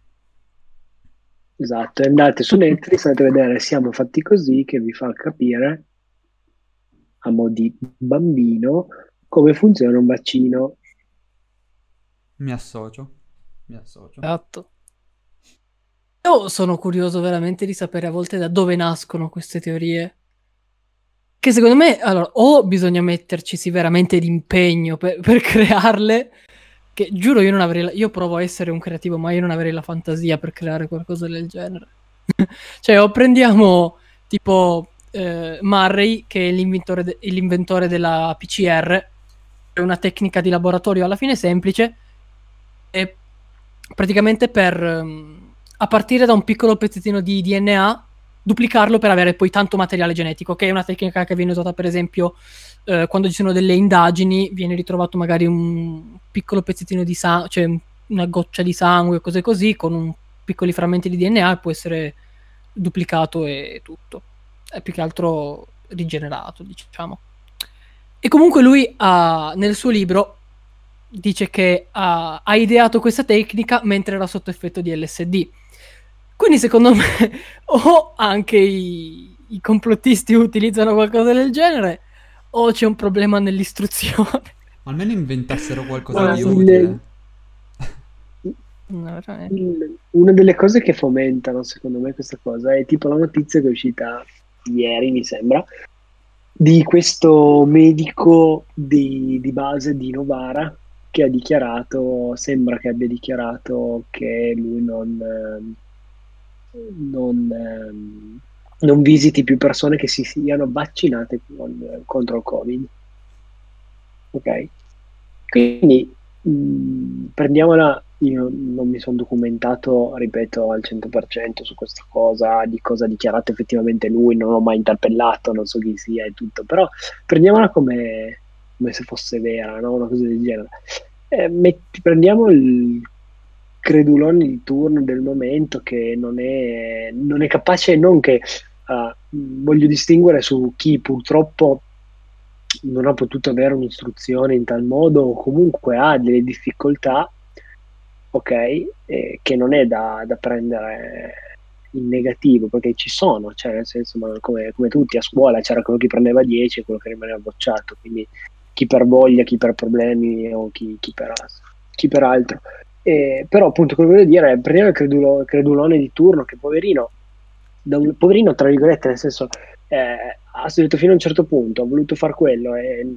Esatto, e andate su Netflix, andate a vedere Siamo fatti così, che vi fa capire a mo' di bambino come funziona un vaccino. Mi associo, mi associo. Esatto. Io sono curioso veramente di sapere a volte da dove nascono queste teorie. Che secondo me, allora, o bisogna metterci sì, veramente d'impegno per, per crearle, che giuro io non avrei, la- io provo a essere un creativo, ma io non avrei la fantasia per creare qualcosa del genere. Cioè, o prendiamo tipo eh, Murray, che è l'inventore, de- l'inventore della P C R, è una tecnica di laboratorio alla fine semplice, e praticamente per, ehm, a partire da un piccolo pezzettino di D N A, duplicarlo per avere poi tanto materiale genetico, che è una tecnica che viene usata per esempio eh, quando ci sono delle indagini, viene ritrovato magari un piccolo pezzettino di sangue, cioè un- una goccia di sangue o cose così, con un piccoli frammenti di D N A e può essere duplicato e tutto. È più che altro rigenerato, diciamo. E comunque lui ha, nel suo libro dice che ha, ha ideato questa tecnica mentre era sotto effetto di L S D. Quindi secondo me o anche i, i complottisti utilizzano qualcosa del genere, o c'è un problema nell'istruzione. Almeno inventassero qualcosa Guarda, di il- utile. No, veramente. Il- una delle cose che fomentano, secondo me, questa cosa è tipo la notizia che è uscita ieri, mi sembra, di questo medico di, di base di Novara che ha dichiarato, sembra che abbia dichiarato che lui non, ehm, non, ehm, non visiti più persone che si siano vaccinate con- contro il Covid. Ok? Quindi mh, prendiamola, io non mi sono documentato, ripeto, al cento per cento su questa cosa, di cosa ha dichiarato effettivamente lui, non l'ho mai interpellato, non so chi sia e tutto, però prendiamola come, come se fosse vera, no? Una cosa del genere. Eh, metti- prendiamo il credulone di turno del momento che non è, non è capace, non che ah, voglio distinguere su chi purtroppo non ha potuto avere un'istruzione in tal modo o comunque ha delle difficoltà, ok, eh, che non è da, da prendere in negativo, perché ci sono, cioè nel senso, ma come, come tutti a scuola c'era quello che prendeva dieci e quello che rimaneva bocciato, quindi chi per voglia, chi per problemi o chi, chi per, chi per altro. Eh, però appunto quello che voglio dire è prendiamo il credulo- credulone di turno che poverino, da un, poverino tra virgolette, nel senso eh, ha studiato fino a un certo punto, ha voluto fare quello e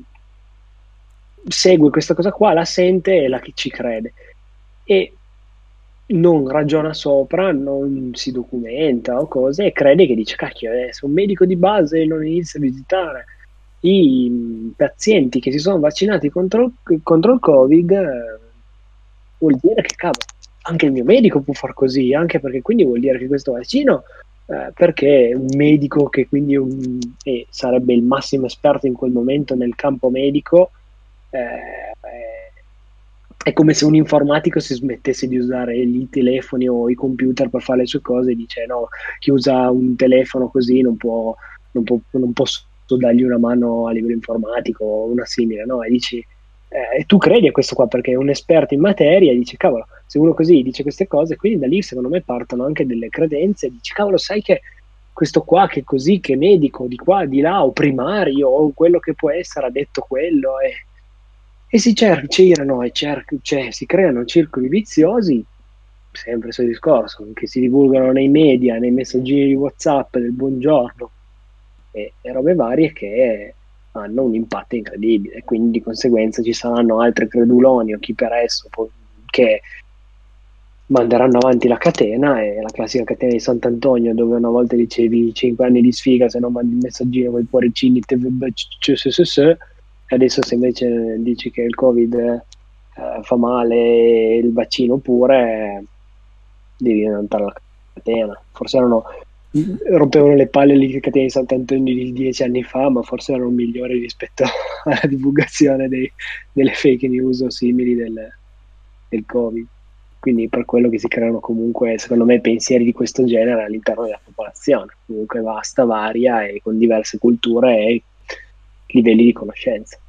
segue questa cosa qua, la sente e la ci crede e non ragiona sopra, non si documenta o cose e crede che dice cacchio, eh, se un medico di base non inizia a visitare i mh, pazienti che si sono vaccinati contro, contro il Covid, eh, vuol dire che cavolo, anche il mio medico può far così, anche perché quindi vuol dire che questo vaccino, eh, perché un medico che quindi è un- e sarebbe il massimo esperto in quel momento nel campo medico, eh, eh, è come se un informatico si smettesse di usare i telefoni o i computer per fare le sue cose e dice no, chi usa un telefono così non può, non può, non posso dargli una mano a livello informatico o una simile, no? E dici, eh, e tu credi a questo qua perché è un esperto in materia e dici, cavolo, se uno così dice queste cose, quindi da lì secondo me partono anche delle credenze, e dici, cavolo, sai che questo qua che così, che medico di qua, di là, o primario, o quello che può essere, ha detto quello, e, e si cer- girano e cer- cioè, si creano circoli viziosi, sempre il suo discorso, che si divulgano nei media, nei messaggini di WhatsApp del buongiorno e, e robe varie che hanno un impatto incredibile. Quindi di conseguenza ci saranno altri creduloni o chi per esso po- che manderanno avanti la catena e la classica catena di Sant'Antonio dove una volta dicevi cinque anni di sfiga se non mandi il messaggino con i cuoricini te- c- c- c- c- c- e adesso se invece dici che il Covid eh, fa male e il vaccino pure, devi aumentare la catena. Forse erano rompevano le palle le catene di Sant'Antonio di dieci anni fa, ma forse erano migliori rispetto alla divulgazione dei- delle fake news o simili del, del Covid. Quindi per quello che si creano comunque, secondo me, pensieri di questo genere all'interno della popolazione, comunque vasta, varia e con diverse culture e livelli di conoscenza.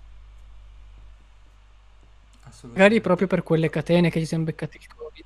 Magari proprio per quelle catene che ci siamo beccati il Covid.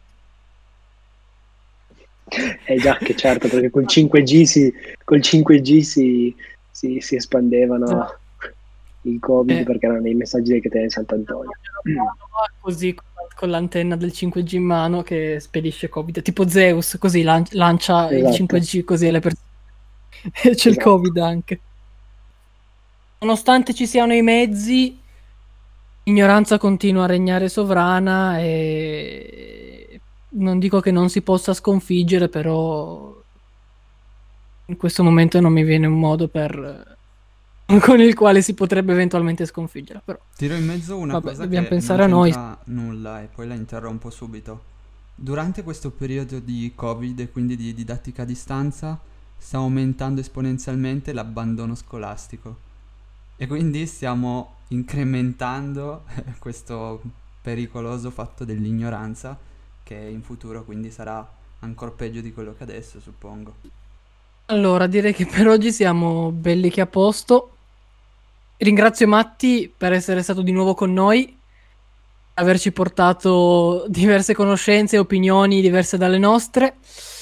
Eh già, che certo, perché col cinque G si, col cinque G si, si, si espandevano Esatto. il Covid Eh. perché erano i messaggi delle catene di Sant'Antonio. Così con con l'antenna del cinque G in mano che spedisce Covid, tipo Zeus, così lan- lancia il Esatto. cinque G così alle persone. E c'è il Esatto. Covid anche. Nonostante ci siano i mezzi, l'ignoranza continua a regnare sovrana e non dico che non si possa sconfiggere, però in questo momento non mi viene un modo per con il quale si potrebbe eventualmente sconfiggere, però Tiro in mezzo una vabbè, cosa dobbiamo che pensare non a noi. c'entra nulla e poi la interrompo subito. Durante questo periodo di Covid e quindi di didattica a distanza sta aumentando esponenzialmente l'abbandono scolastico e quindi stiamo incrementando questo pericoloso fatto dell'ignoranza che in futuro quindi sarà ancora peggio di quello che adesso, suppongo. Allora, direi che per oggi siamo belli che a posto. Ringrazio Matti per essere stato di nuovo con noi, averci portato diverse conoscenze e opinioni diverse dalle nostre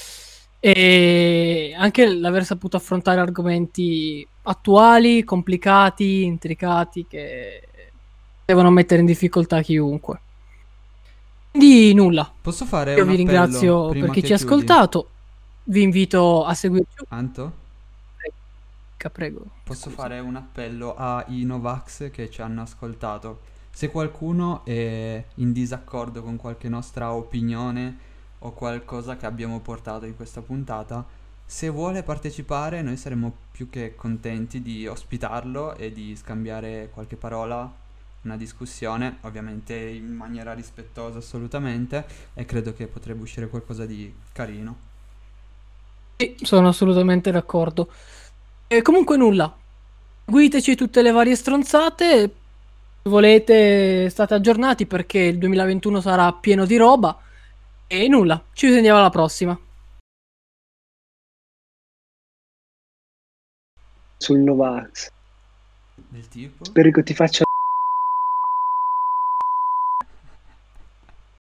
e anche l'aver saputo affrontare argomenti attuali, complicati, intricati che devono mettere in difficoltà chiunque. Quindi nulla, Posso fare io un vi appello ringrazio prima per chi che ci ha chiudi? ascoltato, vi invito a seguirci. Anto? Prego. Posso Scusa. fare un appello ai Novax che ci hanno ascoltato. Se qualcuno è in disaccordo con qualche nostra opinione o qualcosa che abbiamo portato in questa puntata, se vuole partecipare noi saremo più che contenti di ospitarlo e di scambiare qualche parola, una discussione, ovviamente in maniera rispettosa assolutamente, e credo che potrebbe uscire qualcosa di carino. Sì, sono assolutamente d'accordo. E comunque nulla. Seguiteci tutte le varie stronzate. Se volete state aggiornati perché il duemilaventuno sarà pieno di roba. E nulla, ci sentiamo alla prossima. Sul Novax. Del tipo? Spero che ti faccia